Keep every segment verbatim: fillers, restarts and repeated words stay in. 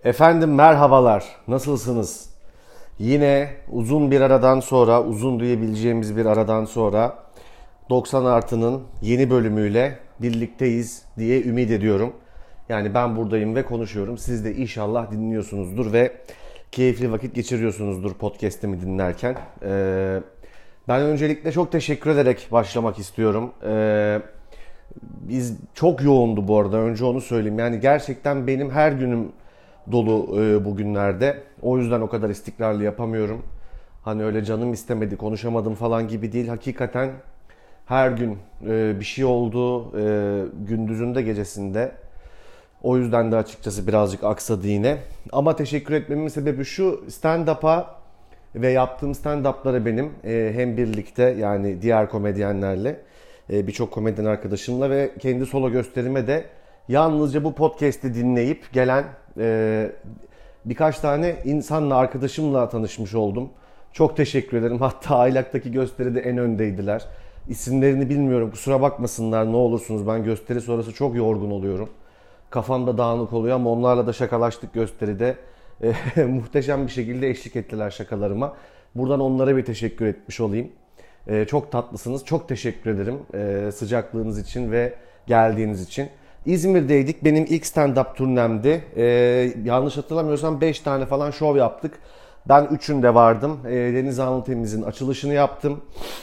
Efendim merhabalar, nasılsınız? Yine uzun bir aradan sonra, uzun diyebileceğimiz bir aradan sonra doksan Artı'nın yeni bölümüyle birlikteyiz diye ümit ediyorum. Yani ben buradayım ve konuşuyorum. Siz de inşallah dinliyorsunuzdur ve keyifli vakit geçiriyorsunuzdur podcast'imi dinlerken. Ee, ben öncelikle çok teşekkür ederek başlamak istiyorum. Ee, biz çok yoğundu bu arada, önce onu söyleyeyim. Yani gerçekten benim her günüm dolu e, bugünlerde. O yüzden o kadar istikrarlı yapamıyorum. Hani öyle canım istemedi, konuşamadım falan gibi değil. Hakikaten her gün e, bir şey oldu. E, gündüzünde gecesinde. O yüzden de açıkçası birazcık aksadı yine. Ama teşekkür etmemin sebebi şu: stand-up'a ve yaptığım stand-up'lara benim e, hem birlikte, yani diğer komedyenlerle, e, birçok komedyen arkadaşımla ve kendi solo gösterime de yalnızca bu podcast'i dinleyip gelen e, birkaç tane insanla, arkadaşımla tanışmış oldum. Çok teşekkür ederim. Hatta Aylak'taki gösteride en öndeydiler. İsimlerini bilmiyorum, kusura bakmasınlar ne olursunuz. Ben gösteri sonrası çok yorgun oluyorum. Kafamda dağınık oluyor ama onlarla da şakalaştık gösteride. E, muhteşem bir şekilde eşlik ettiler şakalarıma. Buradan onlara bir teşekkür etmiş olayım. E, çok tatlısınız. Çok teşekkür ederim e, sıcaklığınız için ve geldiğiniz için. İzmir'deydik. Benim ilk stand-up turnemdi. Ee, yanlış hatırlamıyorsam beş tane falan şov yaptık. Ben üçünde vardım. Ee, Deniz Anlıtemiz'in açılışını yaptım.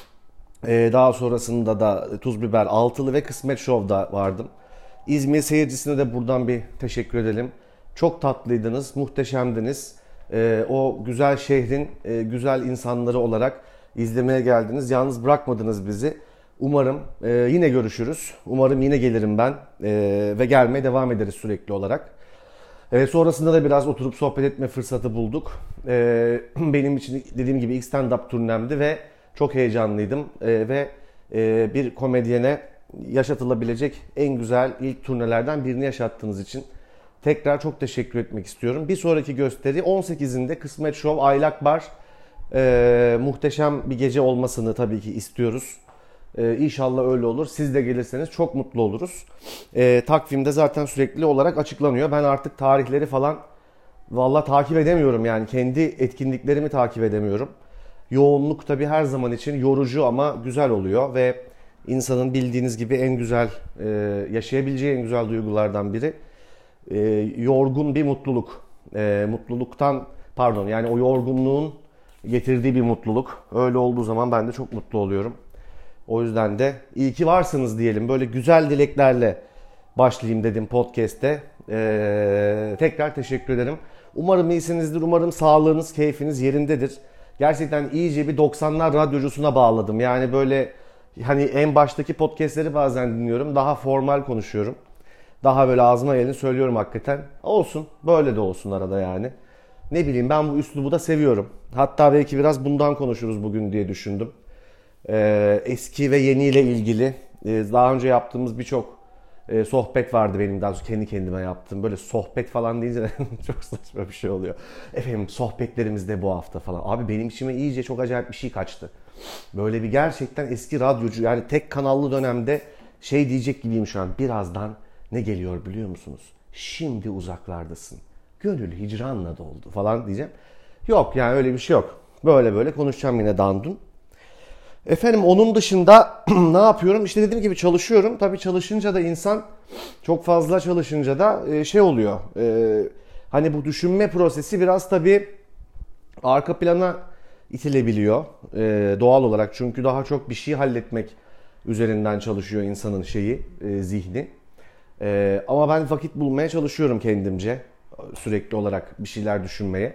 Ee, daha sonrasında da Tuz Biber Altılı ve Kısmet Show'da vardım. İzmir seyircisine de buradan bir teşekkür edelim. Çok tatlıydınız, muhteşemdiniz. Ee, o güzel şehrin e, güzel insanları olarak izlemeye geldiniz. Yalnız bırakmadınız bizi. Umarım e, yine görüşürüz. Umarım yine gelirim ben e, ve gelmeye devam ederiz sürekli olarak. E, sonrasında da biraz oturup sohbet etme fırsatı bulduk. E, benim için dediğim gibi ilk stand-up turnemdi ve çok heyecanlıydım. E, ve e, bir komedyene yaşatılabilecek en güzel ilk turnelerden birini yaşattığınız için tekrar çok teşekkür etmek istiyorum. Bir sonraki gösteri on sekizinde Kısmet Show Aylak Bar. E, muhteşem bir gece olmasını tabii ki istiyoruz. Ee, İnşallah öyle olur. Siz de gelirseniz çok mutlu oluruz. Ee, takvimde zaten sürekli olarak açıklanıyor. Ben artık tarihleri falan valla takip edemiyorum. Yani kendi etkinliklerimi takip edemiyorum. Yoğunluk tabii her zaman için yorucu ama güzel oluyor ve insanın bildiğiniz gibi en güzel, e, yaşayabileceği en güzel duygulardan biri e, yorgun bir mutluluk. E, mutluluktan, pardon, yani o yorgunluğun getirdiği bir mutluluk. Öyle olduğu zaman ben de çok mutlu oluyorum. O yüzden de iyi ki varsınız diyelim. Böyle güzel dileklerle başlayayım dedim podcast'te. Ee, tekrar teşekkür ederim. Umarım iyisinizdir. Umarım sağlığınız, keyfiniz yerindedir. Gerçekten iyice bir doksanlar radyocusuna bağladım. Yani böyle hani en baştaki podcast'leri bazen dinliyorum. Daha formal konuşuyorum. Daha böyle ağzıma geleni söylüyorum hakikaten. Olsun. Böyle de olsun arada yani. Ne bileyim, ben bu üslubu da seviyorum. Hatta belki biraz bundan konuşuruz bugün diye düşündüm. Ee, eski ve yeni ile ilgili ee, daha önce yaptığımız birçok e, sohbet vardı benim, daha sonra kendi kendime yaptığım. Böyle sohbet falan deyince de çok saçma bir şey oluyor. Efendim sohbetlerimizde bu hafta falan. Abi benim içime iyice çok acayip bir şey kaçtı. Böyle bir gerçekten eski radyocu, yani tek kanallı dönemde şey diyecek gibiyim şu an. Birazdan ne geliyor biliyor musunuz? Şimdi uzaklardasın. Gönül hicranla doldu falan diyeceğim. Yok yani, öyle bir şey yok. Böyle böyle konuşacağım yine dandun. Efendim onun dışında ne yapıyorum? İşte dediğim gibi çalışıyorum. Tabii çalışınca da insan, çok fazla çalışınca da şey oluyor. Hani bu düşünme prosesi biraz tabii arka plana itilebiliyor doğal olarak. Çünkü daha çok bir şey halletmek üzerinden çalışıyor insanın şeyi, zihni. Ama ben vakit bulmaya çalışıyorum kendimce sürekli olarak bir şeyler düşünmeye.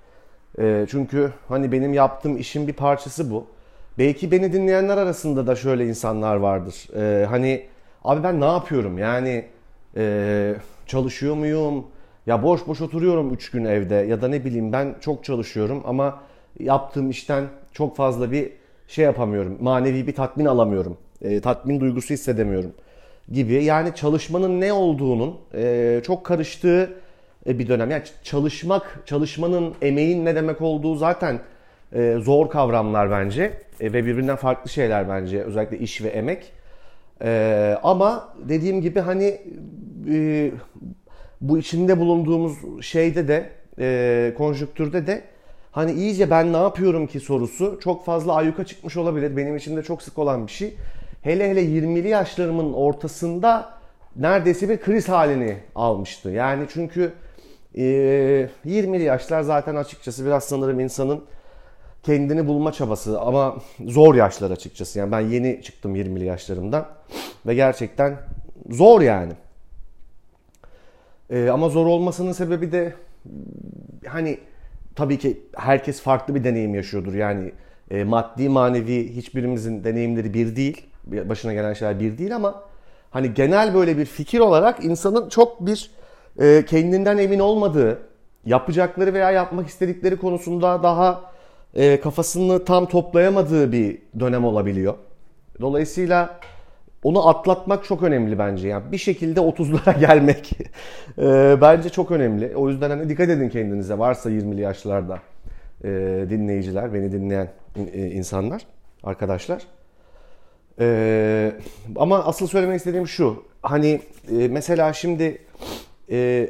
Çünkü hani benim yaptığım işin bir parçası bu. Belki beni dinleyenler arasında da şöyle insanlar vardır. Ee, hani abi ben ne yapıyorum? Yani e, çalışıyor muyum? Ya boş boş oturuyorum üç gün evde. Ya da ne bileyim, ben çok çalışıyorum ama yaptığım işten çok fazla bir şey yapamıyorum. Manevi bir tatmin alamıyorum. E, tatmin duygusu hissedemiyorum gibi. Yani çalışmanın ne olduğunun e, çok karıştığı bir dönem. Yani çalışmak, çalışmanın, emeğin ne demek olduğu zaten e, zor kavramlar bence e, ve birbirinden farklı şeyler bence, özellikle iş ve emek. E, ama dediğim gibi hani e, bu içinde bulunduğumuz şeyde de e, konjonktürde de hani iyice ben ne yapıyorum ki sorusu çok fazla ayyuka çıkmış olabilir. Benim için de çok sık olan bir şey. Hele hele yirmili yaşlarımın ortasında neredeyse bir kriz halini almıştı. Yani çünkü e, yirmili yaşlar zaten açıkçası biraz sanırım insanın kendini bulma çabası ama zor yaşlar açıkçası. Yani ben yeni çıktım yirmili yaşlarımdan ve gerçekten zor yani. Ee, ama zor olmasının sebebi de hani tabii ki herkes farklı bir deneyim yaşıyordur. Yani e, maddi manevi hiçbirimizin deneyimleri bir değil. Başına gelen şeyler bir değil ama hani genel böyle bir fikir olarak insanın çok bir e, kendinden emin olmadığı, yapacakları veya yapmak istedikleri konusunda daha e, kafasını tam toplayamadığı bir dönem olabiliyor. Dolayısıyla onu atlatmak çok önemli bence. Yani bir şekilde otuzlara gelmek e, bence çok önemli. O yüzden hani dikkat edin kendinize. Varsa yirmili yaşlarda e, dinleyiciler, beni dinleyen e, insanlar, arkadaşlar. E, ama asıl söylemek istediğim şu. Hani e, mesela şimdi e,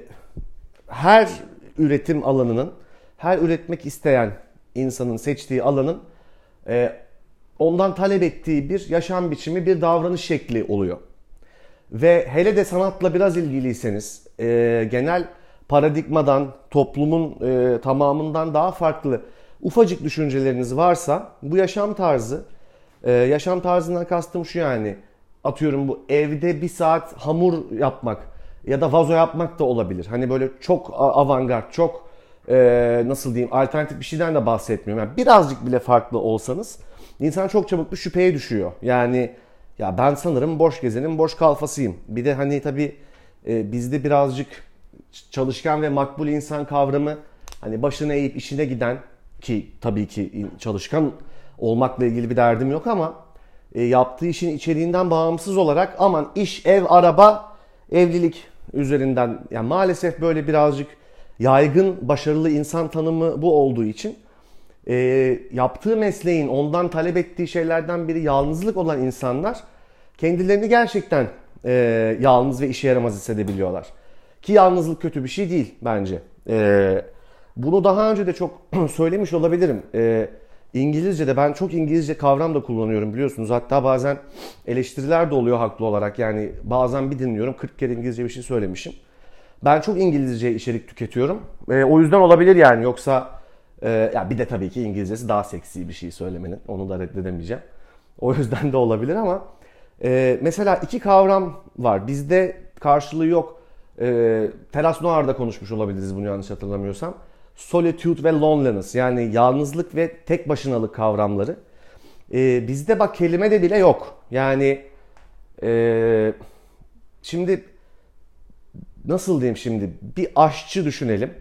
her üretim alanının, her üretmek isteyen insanın seçtiği alanın e, ondan talep ettiği bir yaşam biçimi, bir davranış şekli oluyor. Ve hele de sanatla biraz ilgiliyseniz, e, genel paradigmadan, toplumun e, tamamından daha farklı ufacık düşünceleriniz varsa, bu yaşam tarzı, e, yaşam tarzından kastım şu yani, atıyorum bu evde bir saat hamur yapmak ya da vazo yapmak da olabilir. Hani böyle çok avantgard, çok e, nasıl diyeyim, alternatif bir şeyden de bahsetmiyorum. Yani birazcık bile farklı olsanız, İnsan çok çabuk bir şüpheye düşüyor. Yani ya ben sanırım boş gezenin boş kalfasıyım. Bir de hani tabii e, bizde birazcık çalışkan ve makbul insan kavramı, hani başına eğip işine giden, ki tabii ki çalışkan olmakla ilgili bir derdim yok ama e, yaptığı işin içeriğinden bağımsız olarak aman iş, ev, araba, evlilik üzerinden, yani maalesef böyle birazcık yaygın başarılı insan tanımı bu olduğu için E, yaptığı mesleğin ondan talep ettiği şeylerden biri yalnızlık olan insanlar kendilerini gerçekten e, yalnız ve işe yaramaz hissedebiliyorlar. Ki yalnızlık kötü bir şey değil bence. E, bunu daha önce de çok söylemiş olabilirim. E, İngilizce'de ben çok İngilizce kavram da kullanıyorum biliyorsunuz. Hatta bazen eleştiriler de oluyor haklı olarak. Yani bazen bir dinliyorum kırk kere İngilizce bir şey söylemişim. Ben çok İngilizce içerik tüketiyorum. E, o yüzden olabilir yani, yoksa Ee, ya bir de tabii ki İngilizcesi daha seksi bir şey söylemenin. Onu da reddedemeyeceğim. O yüzden de olabilir ama e, mesela iki kavram var. Bizde karşılığı yok. E, Terras Noir'da konuşmuş olabiliriz bunu yanlış hatırlamıyorsam. Solitude ve loneliness, yani yalnızlık ve tek başınalık kavramları. E, bizde bak kelime de bile yok. Yani e, şimdi nasıl diyeyim, şimdi bir aşçı düşünelim.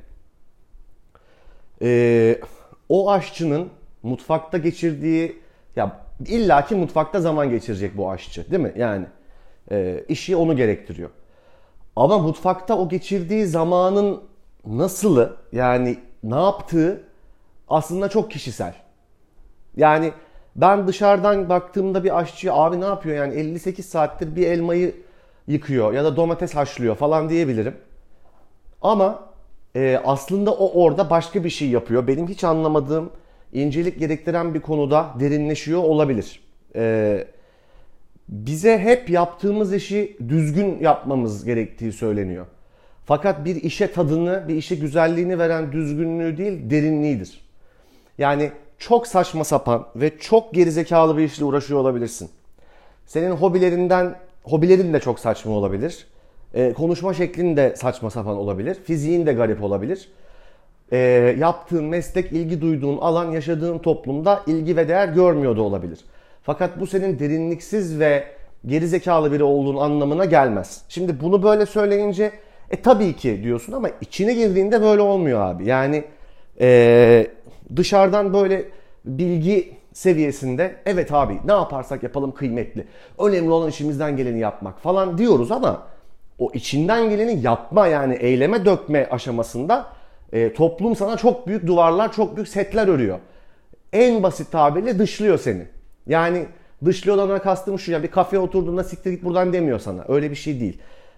Ee, o aşçının mutfakta geçirdiği, ya illaki mutfakta zaman geçirecek bu aşçı, değil mi? Yani e, işi onu gerektiriyor. Ama mutfakta o geçirdiği zamanın nasılı, yani ne yaptığı aslında çok kişisel. Yani ben dışarıdan baktığımda bir aşçıya abi ne yapıyor yani elli sekiz saattir bir elmayı yıkıyor ya da domates haşlıyor falan diyebilirim. Ama Ee, aslında o orada başka bir şey yapıyor. Benim hiç anlamadığım, incelik gerektiren bir konuda derinleşiyor olabilir. Ee, bize hep yaptığımız işi düzgün yapmamız gerektiği söyleniyor. Fakat bir işe tadını, bir işe güzelliğini veren düzgünlüğü değil, derinliğidir. Yani çok saçma sapan ve çok gerizekalı bir işle uğraşıyor olabilirsin. Senin hobilerinden, hobilerin de çok saçma olabilir. E, konuşma şeklin de saçma sapan olabilir. Fiziğin de garip olabilir. E, yaptığın meslek, ilgi duyduğun alan, yaşadığın toplumda ilgi ve değer görmüyor da olabilir. Fakat bu senin derinliksiz ve gerizekalı biri olduğun anlamına gelmez. Şimdi bunu böyle söyleyince e tabii ki diyorsun ama içine girdiğinde böyle olmuyor abi. Yani e, dışarıdan böyle bilgi seviyesinde evet abi ne yaparsak yapalım kıymetli. Önemli olan işimizden geleni yapmak falan diyoruz ama o içinden geleni yapma, yani eyleme dökme aşamasında e, toplum sana çok büyük duvarlar, çok büyük setler örüyor. En basit tabirle dışlıyor seni. Yani dışlıyordan kastım şu, ya bir kafeye oturduğunda siktir git buradan demiyor sana. Öyle bir şey değil.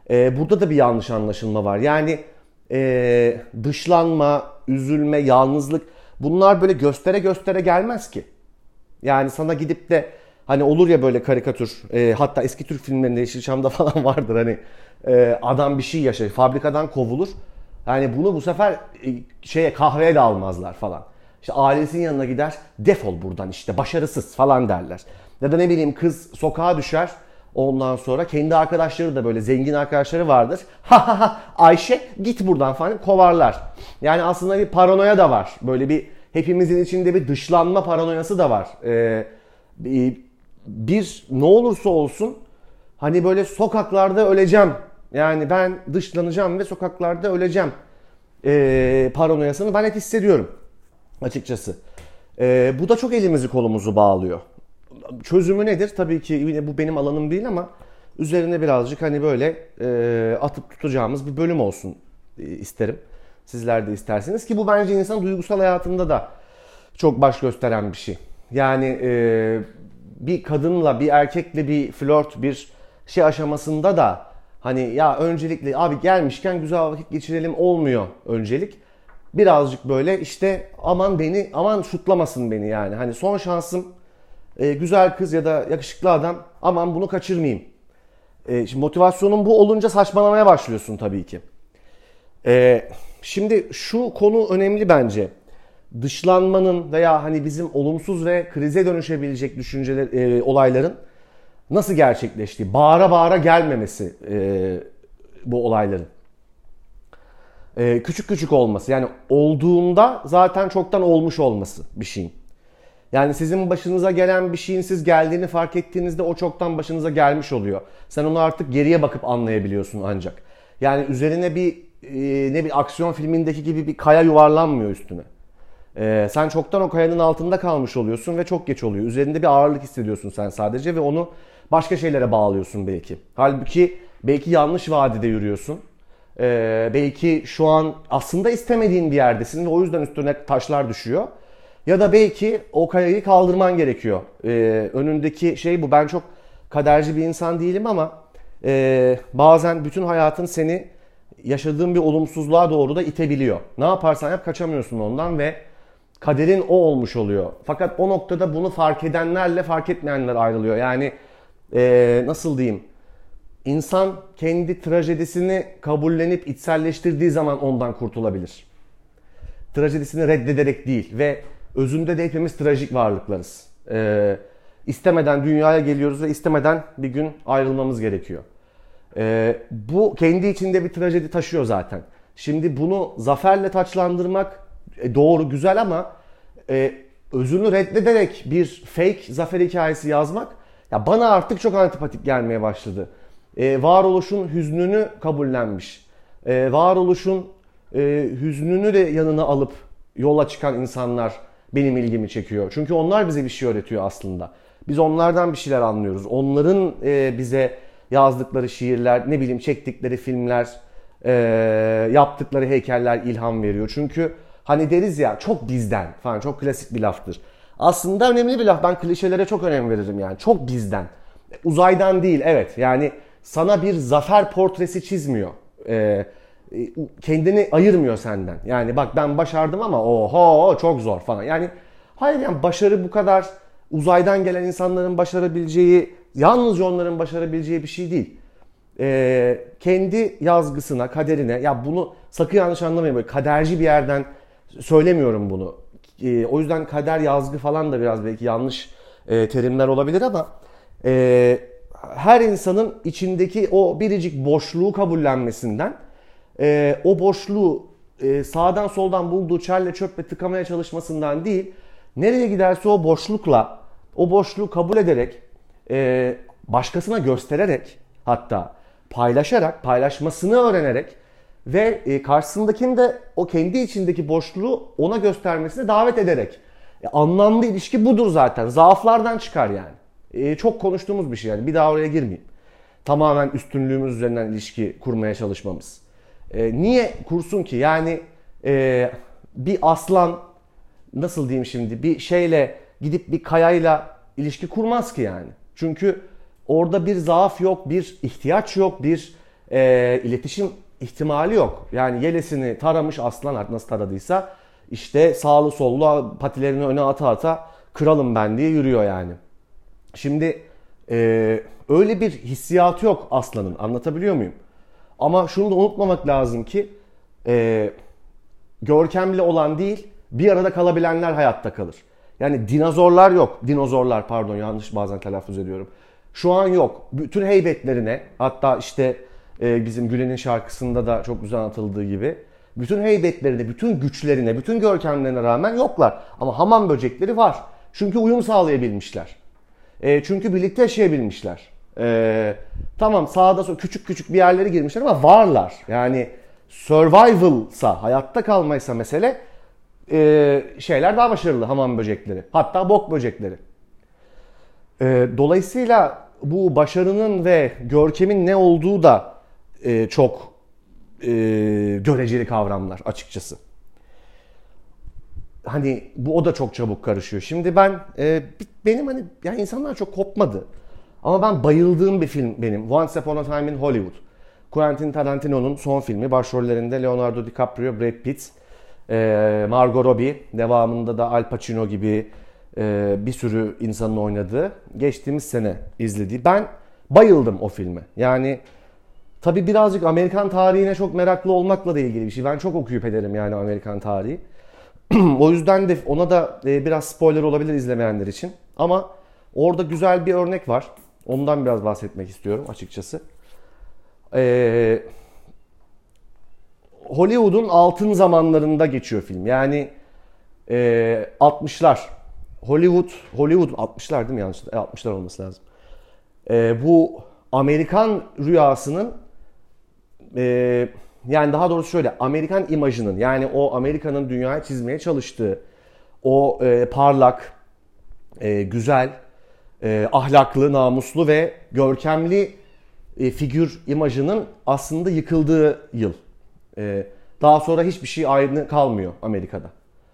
E, burada da bir yanlış anlaşılma var. Yani e, dışlanma, üzülme, yalnızlık bunlar böyle göstere göstere gelmez ki. Yani sana gidip de hani olur ya böyle karikatür, e, hatta eski Türk filmlerinde Yeşilçam'da falan vardır hani e, adam bir şey yaşar, fabrikadan kovulur. Yani bunu bu sefer e, şeye kahveye de almazlar falan. İşte ailesinin yanına gider, defol buradan işte başarısız falan derler. Ya da ne bileyim kız sokağa düşer. Ondan sonra kendi arkadaşları da böyle zengin arkadaşları vardır. Ha ha ha Ayşe git buradan falan kovarlar. Yani aslında bir paranoya da var. Böyle bir hepimizin içinde bir dışlanma paranoyası da var. Ee, bir ne olursa olsun hani böyle sokaklarda öleceğim. Yani ben dışlanacağım ve sokaklarda öleceğim. Ee, paranoyasını ben hep hissediyorum açıkçası. Ee, bu da çok elimizi kolumuzu bağlıyor. Çözümü nedir? Tabii ki yine bu benim alanım değil ama üzerine birazcık hani böyle e, atıp tutacağımız bir bölüm olsun e, isterim. Sizler de isterseniz ki bu bence insan duygusal hayatında da çok baş gösteren bir şey. Yani e, bir kadınla bir erkekle bir flört bir şey aşamasında da hani ya öncelikle abi gelmişken güzel vakit geçirelim olmuyor öncelik. Birazcık böyle işte aman beni aman şutlamasın beni yani hani son şansım e, güzel kız ya da yakışıklı adam aman bunu kaçırmayayım. E, şimdi motivasyonun bu olunca saçmalamaya başlıyorsun tabii ki. E, şimdi şu konu önemli bence. Dışlanmanın veya hani bizim olumsuz ve krize dönüşebilecek düşünceler, e, olayların nasıl gerçekleştiği, bağıra bağıra gelmemesi e, bu olayların. E, küçük küçük olması yani olduğunda zaten çoktan olmuş olması bir şeyin. Yani sizin başınıza gelen bir şeyin siz geldiğini fark ettiğinizde o çoktan başınıza gelmiş oluyor. Sen onu artık geriye bakıp anlayabiliyorsun ancak. Yani üzerine bir e, ne bir aksiyon filmindeki gibi bir kaya yuvarlanmıyor üstüne. E, sen çoktan o kayanın altında kalmış oluyorsun ve çok geç oluyor. Üzerinde bir ağırlık hissediyorsun sen sadece ve onu başka şeylere bağlıyorsun belki. Halbuki belki yanlış vadide yürüyorsun. E, belki şu an aslında istemediğin bir yerdesin ve o yüzden üstüne taşlar düşüyor. Ya da belki o kayayı kaldırman gerekiyor. Ee, önündeki şey bu. Ben çok kaderci bir insan değilim ama e, bazen bütün hayatın seni yaşadığın bir olumsuzluğa doğru da itebiliyor. Ne yaparsan yap kaçamıyorsun ondan ve kaderin o olmuş oluyor. Fakat o noktada bunu fark edenlerle fark etmeyenler ayrılıyor. Yani e, nasıl diyeyim? İnsan kendi trajedisini kabullenip içselleştirdiği zaman ondan kurtulabilir. Trajedisini reddederek değil ve özünde de hepimiz trajik varlıklarız. Ee, istemeden dünyaya geliyoruz ve istemeden bir gün ayrılmamız gerekiyor. Ee, bu kendi içinde bir trajedi taşıyor zaten. Şimdi bunu zaferle taçlandırmak e, doğru, güzel ama e, özünü reddederek bir fake zafer hikayesi yazmak ya bana artık çok antipatik gelmeye başladı. Ee, varoluşun hüznünü kabullenmiş. Ee, varoluşun e, hüznünü de yanına alıp yola çıkan insanlar benim ilgimi çekiyor. Çünkü onlar bize bir şey öğretiyor aslında. Biz onlardan bir şeyler anlıyoruz. Onların e, bize yazdıkları şiirler, ne bileyim çektikleri filmler, e, yaptıkları heykeller ilham veriyor. Çünkü hani deriz ya çok bizden falan çok klasik bir laftır. Aslında önemli bir laf. Ben klişelere çok önem veririm yani. Çok bizden. Uzaydan değil evet yani sana bir zafer portresi çizmiyor. Eee kendini ayırmıyor senden. Yani bak ben başardım ama oho çok zor falan. Yani hayır yani başarı bu kadar uzaydan gelen insanların başarabileceği, yalnızca onların başarabileceği bir şey değil. Ee, kendi yazgısına, kaderine ya bunu sakın yanlış anlamayın böyle kaderci bir yerden söylemiyorum bunu. Ee, o yüzden kader yazgı falan da biraz belki yanlış e, terimler olabilir ama e, her insanın içindeki o biricik boşluğu kabullenmesinden Ee, o boşluğu e, sağdan soldan bulduğu çerle çöple tıkamaya çalışmasından değil, nereye giderse o boşlukla, o boşluğu kabul ederek, e, başkasına göstererek, hatta paylaşarak, paylaşmasını öğrenerek ve e, karşısındakinin de o kendi içindeki boşluğu ona göstermesine davet ederek. E, anlamlı ilişki budur zaten. Zaaflardan çıkar yani. E, çok konuştuğumuz bir şey yani. Bir daha oraya girmeyeyim. Tamamen üstünlüğümüz üzerinden ilişki kurmaya çalışmamız. E, niye kursun ki? Yani e, bir aslan nasıl diyeyim şimdi bir şeyle gidip bir kayayla ilişki kurmaz ki yani. Çünkü orada bir zaaf yok, bir ihtiyaç yok, bir e, iletişim ihtimali yok. Yani yelesini taramış aslan artık nasıl taradıysa işte sağlı sollu patilerini öne ata ata kralım ben diye yürüyor yani. Şimdi e, öyle bir hissiyatı yok aslanın, anlatabiliyor muyum? Ama şunu da unutmamak lazım ki e, görkemli olan değil bir arada kalabilenler hayatta kalır. Yani dinozorlar yok. Dinozorlar pardon yanlış bazen telaffuz ediyorum. Şu an yok. Bütün heybetlerine hatta işte e, bizim Gülen'in şarkısında da çok güzel anlatıldığı gibi bütün heybetlerine, bütün güçlerine, bütün görkemlerine rağmen yoklar. Ama hamam böcekleri var. Çünkü uyum sağlayabilmişler. E, çünkü birlikte yaşayabilmişler. E, tamam sağda solda küçük küçük bir yerlere girmişler ama varlar. Yani survival'sa, hayatta kalmaysa mesele e, şeyler daha başarılı hamam böcekleri. Hatta bok böcekleri. E, dolayısıyla bu başarının ve görkemin ne olduğu da e, çok e, göreceli kavramlar açıkçası. Hani bu o da çok çabuk karışıyor. Şimdi ben e, benim hani yani insanlar çok kopmadı. Ama ben bayıldığım bir film benim. Once Upon a Time in Hollywood. Quentin Tarantino'nun son filmi. Başrollerinde Leonardo DiCaprio, Brad Pitt, e, Margot Robbie. Devamında da Al Pacino gibi e, bir sürü insanın oynadığı. Geçtiğimiz sene izlediği. Ben bayıldım o filme. Yani tabii birazcık Amerikan tarihine çok meraklı olmakla da ilgili bir şey. Ben çok okuyup ederim yani Amerikan tarihi. O yüzden de ona da biraz spoiler olabilir izlemeyenler için. Ama orada güzel bir örnek var. Ondan biraz bahsetmek istiyorum açıkçası. Ee, Hollywood'un altın zamanlarında geçiyor film. Yani e, altmışlar. Hollywood, Hollywood altmışlar değil mi yanlış? altmışlar olması lazım. Ee, bu Amerikan rüyasının e, yani daha doğrusu şöyle Amerikan imajının yani o Amerika'nın dünyaya çizmeye çalıştığı o e, parlak, e, güzel, e, ahlaklı, namuslu ve görkemli e, figür imajının aslında yıkıldığı yıl. E, daha sonra hiçbir şey aynı kalmıyor Amerika'da.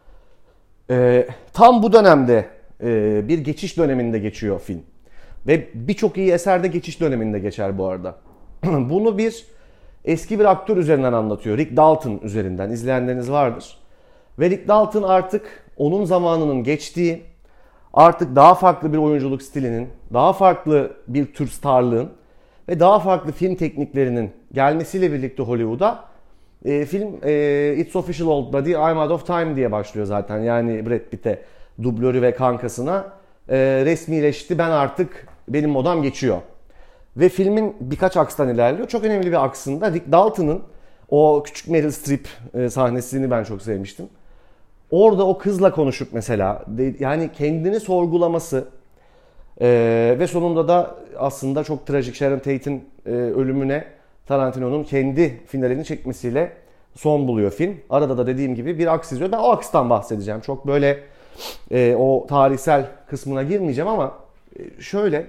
E, tam bu dönemde e, bir geçiş döneminde geçiyor film. Ve birçok iyi eserde geçiş döneminde geçer bu arada. Bunu bir eski bir aktör üzerinden anlatıyor. Rick Dalton üzerinden. İzleyenleriniz vardır. Ve Rick Dalton artık onun zamanının geçtiği, artık daha farklı bir oyunculuk stilinin, daha farklı bir tür starlığın ve daha farklı film tekniklerinin gelmesiyle birlikte Hollywood'a e, film e, It's Official Old Buddy, I'm Out of Time diye başlıyor zaten. Yani Brad Pitt'e, dublörü ve kankasına e, resmileşti. Ben artık benim modam geçiyor. Ve filmin birkaç akstan ilerliyor. Çok önemli bir aksında Rick Dalton'ın o küçük Meryl Streep sahnesini ben çok sevmiştim. Orada o kızla konuşup mesela yani kendini sorgulaması e, ve sonunda da aslında çok trajik Sharon Tate'in e, ölümüne Tarantino'nun kendi finalini çekmesiyle son buluyor film. Arada da dediğim gibi bir aks izliyor. Ben o akstan bahsedeceğim. Çok böyle e, o tarihsel kısmına girmeyeceğim ama e, şöyle...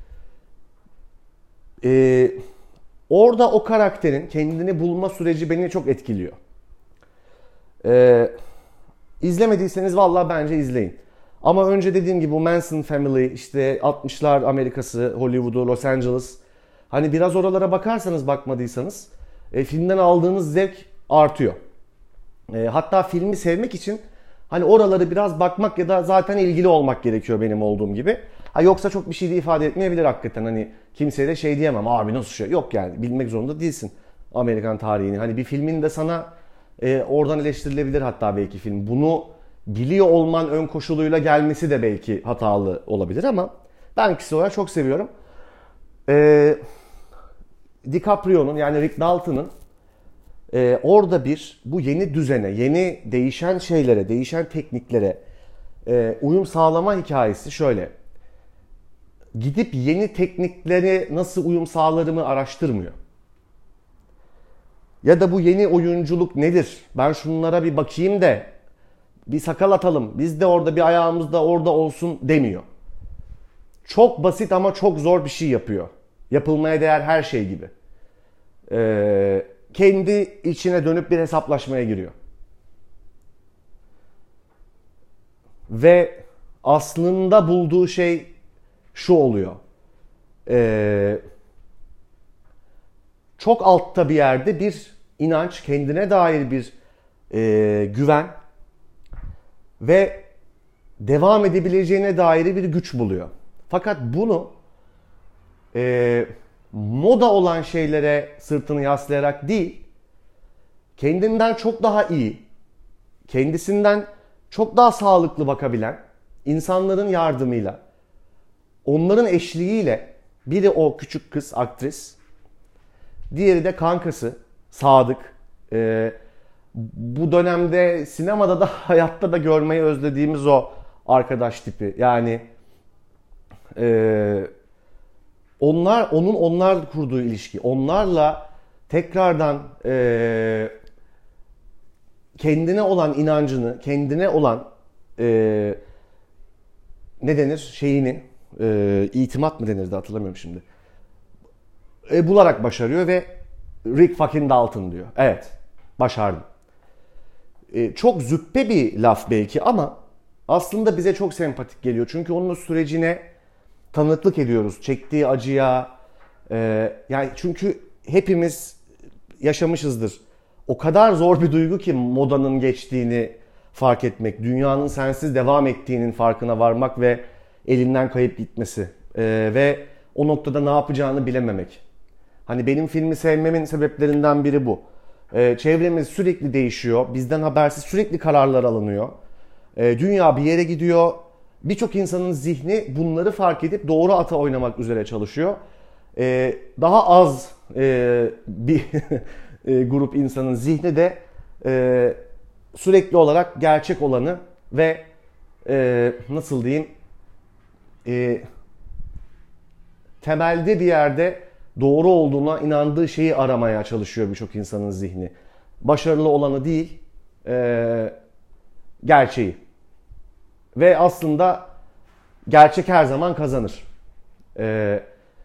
Ee, orada o karakterin kendini bulma süreci beni çok etkiliyor. Ee, izlemediyseniz vallahi bence izleyin. Ama önce dediğim gibi bu Manson Family, işte altmışlar Amerika'sı, Hollywood'u, Los Angeles. Hani biraz oralara bakarsanız bakmadıysanız e, filmden aldığınız zevk artıyor. E, hatta filmi sevmek için hani oraları biraz bakmak ya da zaten ilgili olmak gerekiyor benim olduğum gibi. Ha yoksa çok bir şey de ifade etmeyebilir hakikaten. Hani kimseye de şey diyemem. Abi nasıl şey? Yok yani bilmek zorunda değilsin Amerikan tarihini. Hani bir filmin de sana e, oradan eleştirilebilir hatta belki film. Bunu biliyor olman ön koşuluyla gelmesi de belki hatalı olabilir ama ben kişisel olarak çok seviyorum. E, DiCaprio'nun yani Rick Dalton'ın e, orada bir bu yeni düzene, yeni değişen şeylere, değişen tekniklere e, uyum sağlama hikayesi şöyle. Gidip yeni tekniklere nasıl uyum sağlarımı araştırmıyor. Ya da bu yeni oyunculuk nedir? Ben şunlara bir bakayım da bir sakal atalım. Biz de orada bir ayağımız da orada olsun demiyor. Çok basit ama çok zor bir şey yapıyor. Yapılmaya değer her şey gibi. Ee, kendi içine dönüp bir hesaplaşmaya giriyor. Ve aslında bulduğu şey şu oluyor. Ee, çok altta bir yerde bir inanç, kendine dair bir e, güven ve devam edebileceğine dair bir güç buluyor. Fakat bunu e, moda olan şeylere sırtını yaslayarak değil, kendinden çok daha iyi, kendisinden çok daha sağlıklı bakabilen insanların yardımıyla, onların eşliğiyle, biri o küçük kız aktris, diğeri de kankası Sadık. Ee, bu dönemde sinemada da hayatta da görmeyi özlediğimiz o arkadaş tipi. Yani e, onlar onun onlar kurduğu ilişki, onlarla tekrardan e, kendine olan inancını, kendine olan e, ne denir şeyini, e, itimat mı denir de hatırlamıyorum şimdi. E, bularak başarıyor ve Rick fucking Dalton diyor. Evet, başardım. E, çok züppe bir laf belki ama aslında bize çok sempatik geliyor. Çünkü onun sürecine tanıklık ediyoruz. Çektiği acıya, e, yani çünkü hepimiz yaşamışızdır. O kadar zor bir duygu ki modanın geçtiğini fark etmek, dünyanın sensiz devam ettiğinin farkına varmak ve elinden kayıp gitmesi ee, ve o noktada ne yapacağını bilememek. Hani benim filmi sevmemin sebeplerinden biri bu. Ee, çevremiz sürekli değişiyor, bizden habersiz sürekli kararlar alınıyor. Ee, dünya bir yere gidiyor. Birçok insanın zihni bunları fark edip doğru ata oynamak üzere çalışıyor. Ee, daha az e, bir e, grup insanın zihni de e, sürekli olarak gerçek olanı ve e, nasıl diyeyim e, temelde bir yerde doğru olduğuna inandığı şeyi aramaya çalışıyor birçok insanın zihni. Başarılı olanı değil, e, gerçeği. Ve aslında gerçek her zaman kazanır. E,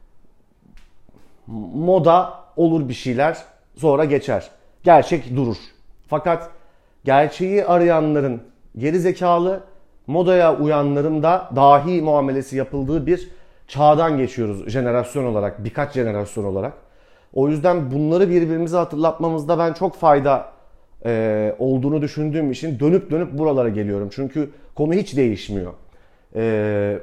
moda olur bir şeyler, sonra geçer. Gerçek durur. Fakat gerçeği arayanların geri zekalı, modaya uyanların da dahi muamelesi yapıldığı bir çağdan geçiyoruz jenerasyon olarak, birkaç jenerasyon olarak. O yüzden bunları birbirimize hatırlatmamızda ben çok fayda e, olduğunu düşündüğüm için dönüp dönüp buralara geliyorum. Çünkü konu hiç değişmiyor. E,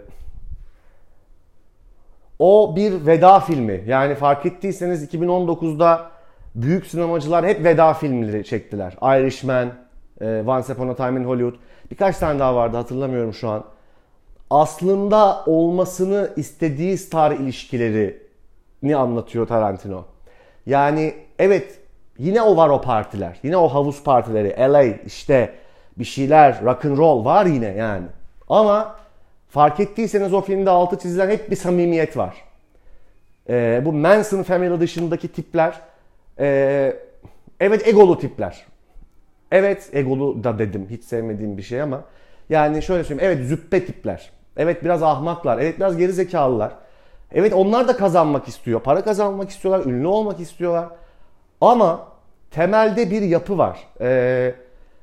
o bir veda filmi. Yani fark ettiyseniz iki bin on dokuzda büyük sinemacılar hep veda filmleri çektiler. Irishman, Once Upon a Time in Hollywood. Birkaç tane daha vardı, hatırlamıyorum şu an. Aslında olmasını istediği star ilişkilerini anlatıyor Tarantino. Yani evet, yine o var, o partiler. Yine o havuz partileri, L A işte bir şeyler, rock and roll var yine yani. Ama fark ettiyseniz o filmde altı çizilen hep bir samimiyet var. Ee, bu Manson Family dışındaki tipler e, evet egolu tipler. Evet, egolu da dedim, hiç sevmediğim bir şey ama yani şöyle söyleyeyim, evet züppe tipler. Evet biraz ahmaklar, evet biraz gerizekalılar. Evet onlar da kazanmak istiyor, para kazanmak istiyorlar, ünlü olmak istiyorlar. Ama temelde bir yapı var. Ee,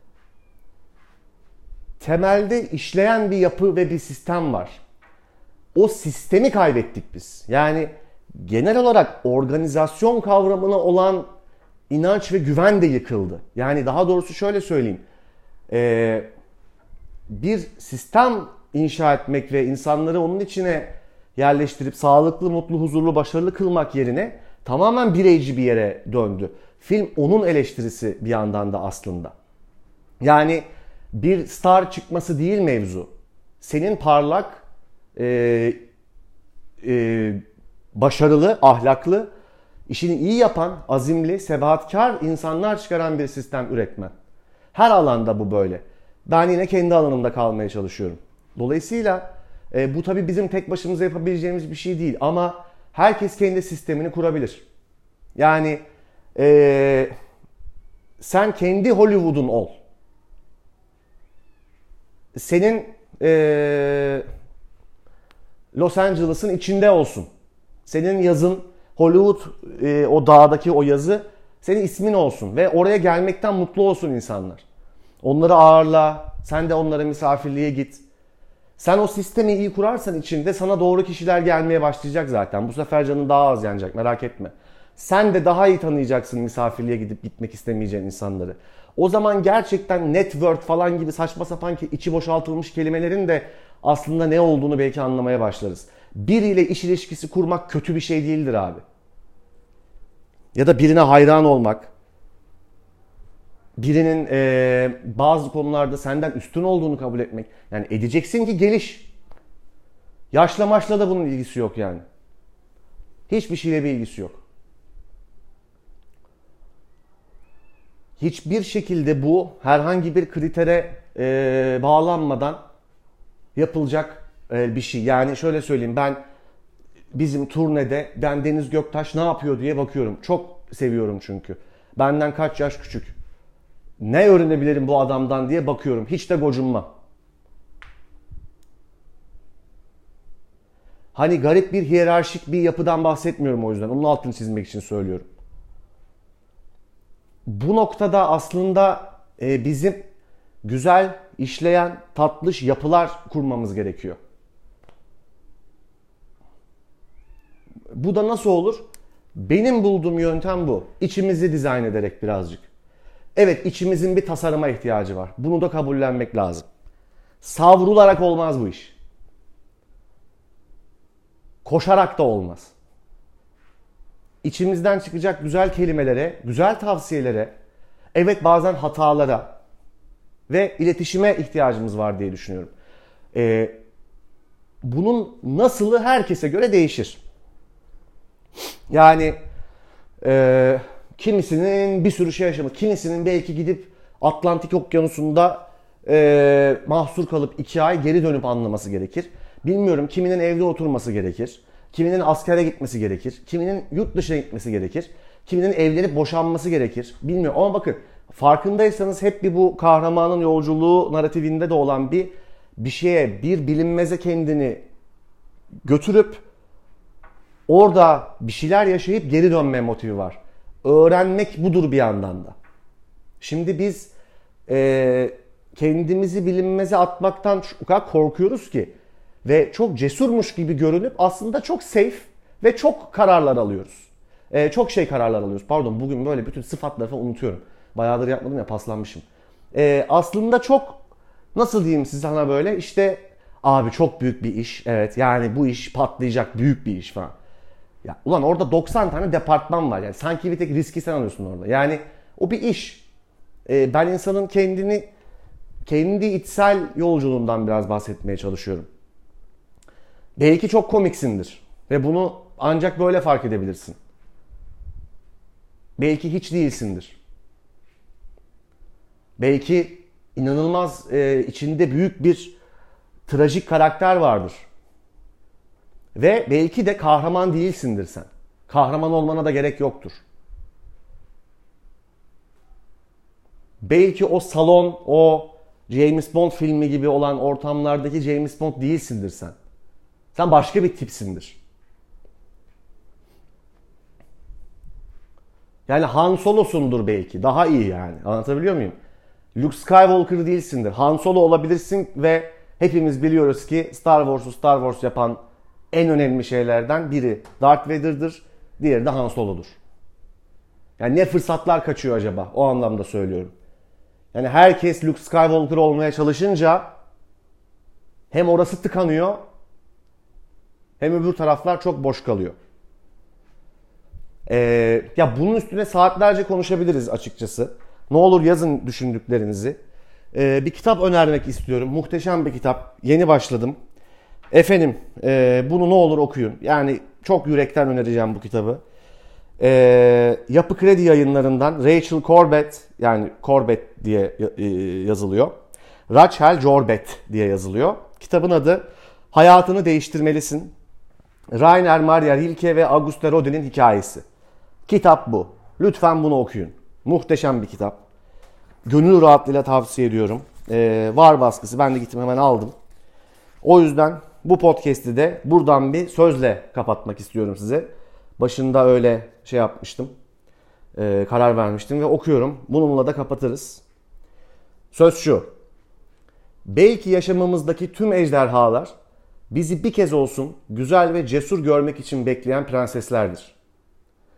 temelde işleyen bir yapı ve bir sistem var. O sistemi kaybettik biz. Yani genel olarak organizasyon kavramına olan inanç ve güven de yıkıldı. Yani daha doğrusu şöyle söyleyeyim. Ee, bir sistem inşa etmek ve insanları onun içine yerleştirip sağlıklı, mutlu, huzurlu, başarılı kılmak yerine tamamen bireyci bir yere döndü. Film onun eleştirisi bir yandan da aslında. Yani bir star çıkması değil mevzu. Senin parlak, e, e, başarılı, ahlaklı, işini iyi yapan, azimli, sebatkar insanlar çıkaran bir sistem üretmen. Her alanda bu böyle. Ben yine kendi alanımda kalmaya çalışıyorum. Dolayısıyla e, bu tabii bizim tek başımıza yapabileceğimiz bir şey değil. Ama herkes kendi sistemini kurabilir. Yani e, sen kendi Hollywood'un ol. Senin e, Los Angeles'ın içinde olsun. Senin yazın Hollywood, e, o dağdaki o yazı senin ismin olsun ve oraya gelmekten mutlu olsun insanlar. Onları ağırla, sen de onlara misafirliğe git. Sen o sistemi iyi kurarsan içinde sana doğru kişiler gelmeye başlayacak zaten. Bu sefer canın daha az yanacak, merak etme. sen de daha iyi tanıyacaksın misafirliğe gidip gitmek istemeyeceğin insanları. O zaman gerçekten network falan gibi saçma sapan ki içi boşaltılmış kelimelerin de aslında ne olduğunu belki anlamaya başlarız. Biriyle iş ilişkisi kurmak kötü bir şey değildir abi. Ya da birine hayran olmak, birinin e, bazı konularda senden üstün olduğunu kabul etmek. Yani edeceksin ki geliş. Yaşla maçla da bunun ilgisi yok yani. Hiçbir şeyle bir ilgisi yok. Hiçbir şekilde bu herhangi bir kritere e, bağlanmadan yapılacak e, bir şey. Yani şöyle söyleyeyim, ben bizim turnede ben Deniz Göktaş ne yapıyor diye bakıyorum. Çok seviyorum çünkü. Benden kaç yaş küçük. Ne öğrenebilirim bu adamdan diye bakıyorum. Hiç de gocunmam. Hani garip bir hiyerarşik bir yapıdan bahsetmiyorum o yüzden. Onun altını çizmek için söylüyorum. Bu noktada aslında e, bizim güzel, işleyen, tatlış yapılar kurmamız gerekiyor. Bu da nasıl olur? Benim bulduğum yöntem bu. İçimizi dizayn ederek birazcık. Evet, içimizin bir tasarıma ihtiyacı var. Bunu da kabullenmek lazım. Savrularak olmaz bu iş. Koşarak da olmaz. İçimizden çıkacak güzel kelimelere, güzel tavsiyelere, evet bazen hatalara ve iletişime ihtiyacımız var diye düşünüyorum. Ee, bunun nasılı herkese göre değişir. Yani e, kimisinin bir sürü şey yaşaması, kimisinin belki gidip Atlantik Okyanusu'nda e, mahsur kalıp iki ay geri dönüp anlaması gerekir. Bilmiyorum, kiminin evde oturması gerekir. Kiminin askere gitmesi gerekir. Kiminin yurt dışına gitmesi gerekir. Kiminin evlenip boşanması gerekir. Bilmiyorum ama bakın, farkındaysanız hep bir bu kahramanın yolculuğu naratifinde de olan bir bir şeye, bir bilinmeze kendini götürüp orada bir şeyler yaşayıp geri dönme motivi var. Öğrenmek budur bir yandan da. Şimdi biz e, kendimizi bilinmeze atmaktan o kadar korkuyoruz ki ve çok cesurmuş gibi görünüp aslında çok safe ve çok kararlar alıyoruz. E, çok şey kararlar alıyoruz. Pardon, bugün böyle bütün sıfatları falan unutuyorum. Bayağıdır yapmadım ya, paslanmışım. E, aslında çok, nasıl diyeyim size, sana böyle işte abi çok büyük bir iş. Evet yani bu iş patlayacak, büyük bir iş falan. Ya ulan orada doksan tane departman var yani. Sanki bir tek riski sen alıyorsun orada. Yani o bir iş. Ee, ben insanın kendini, kendi içsel yolculuğundan biraz bahsetmeye çalışıyorum. Belki çok komiksindir. Ve bunu ancak böyle fark edebilirsin. Belki hiç değilsindir. Belki inanılmaz e, içinde büyük bir trajik karakter vardır. Ve belki de kahraman değilsindir sen. Kahraman olmana da gerek yoktur. Belki o salon, o James Bond filmi gibi olan ortamlardaki James Bond değilsindir sen. Sen başka bir tipsindir. Yani Han Solo'sundur belki. Daha iyi yani. Anlatabiliyor muyum? Luke Skywalker değilsindir. Han Solo olabilirsin ve hepimiz biliyoruz ki Star Wars'u Star Wars yapan en önemli şeylerden biri Darth Vader'dır. Diğeri de Han Solo'dur. Yani ne fırsatlar kaçıyor acaba? O anlamda söylüyorum. Yani herkes Luke Skywalker olmaya çalışınca hem orası tıkanıyor hem öbür taraflar çok boş kalıyor. Ee, ya bunun üstüne saatlerce konuşabiliriz açıkçası. Ne olur yazın düşündüklerinizi. Ee, bir kitap önermek istiyorum. Muhteşem bir kitap. Yeni başladım. Efendim e, bunu ne olur okuyun. Yani çok yürekten önereceğim bu kitabı. E, Yapı Kredi Yayınlarından Rachel Corbett, yani Corbett diye e, yazılıyor. Rachel Corbett diye yazılıyor. Kitabın adı Hayatını Değiştirmelisin. Rainer Maria Rilke ve Auguste Rodin'in hikayesi. Kitap bu. Lütfen bunu okuyun. Muhteşem bir kitap. Gönül rahatlığıyla tavsiye ediyorum. E, var baskısı. Ben de gittim hemen aldım. O yüzden bu podcast'i de buradan bir sözle kapatmak istiyorum size. Başında öyle şey yapmıştım. E, karar vermiştim ve okuyorum. Bununla da kapatırız. Söz şu. Belki yaşamımızdaki tüm ejderhalar bizi bir kez olsun güzel ve cesur görmek için bekleyen prenseslerdir.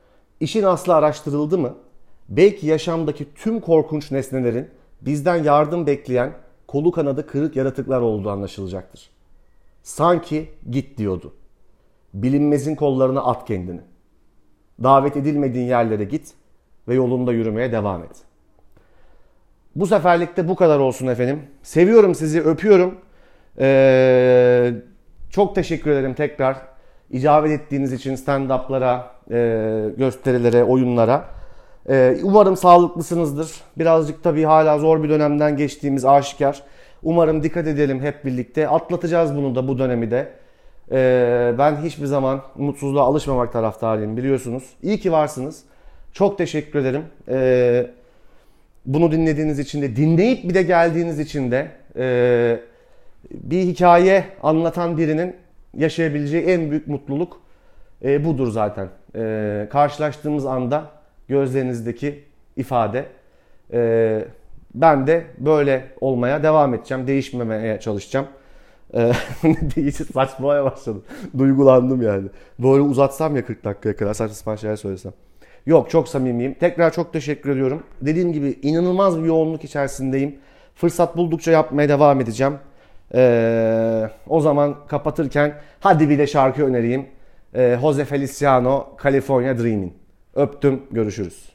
İşin aslı araştırıldı mı? Belki yaşamdaki tüm korkunç nesnelerin bizden yardım bekleyen kolu kanadı kırık yaratıklar olduğu anlaşılacaktır. Sanki git diyordu. Bilinmezin kollarına at kendini. Davet edilmediğin yerlere git ve yolunda yürümeye devam et. Bu seferlikte bu kadar olsun efendim. Seviyorum sizi, öpüyorum. Ee, çok teşekkür ederim tekrar. İcabet ettiğiniz için stand-up'lara, e, gösterilere, oyunlara. Ee, umarım sağlıklısınızdır. Birazcık tabii hala zor bir dönemden geçtiğimiz aşikar. Umarım dikkat edelim hep birlikte. Atlatacağız bunu da, bu dönemi de. Ee, ben hiçbir zaman mutsuzluğa alışmamak taraftarıyım, biliyorsunuz. İyi ki varsınız. Çok teşekkür ederim. Ee, bunu dinlediğiniz için de, dinleyip bir de geldiğiniz için de e, bir hikaye anlatan birinin yaşayabileceği en büyük mutluluk e, budur zaten. E, karşılaştığımız anda gözlerinizdeki ifade. E, ben de böyle olmaya devam edeceğim. Değişmemeye çalışacağım. E, Değişik, saçmalamaya başladım. Duygulandım yani. Böyle uzatsam ya kırk dakikaya kadar saçma sapan şeyler söylesem. Yok, çok samimiyim. Tekrar çok teşekkür ediyorum. Dediğim gibi inanılmaz bir yoğunluk içerisindeyim. Fırsat buldukça yapmaya devam edeceğim. Ee, o zaman kapatırken hadi bir de şarkı önereyim. Ee, Jose Feliciano, California Dreamin'. Öptüm, görüşürüz.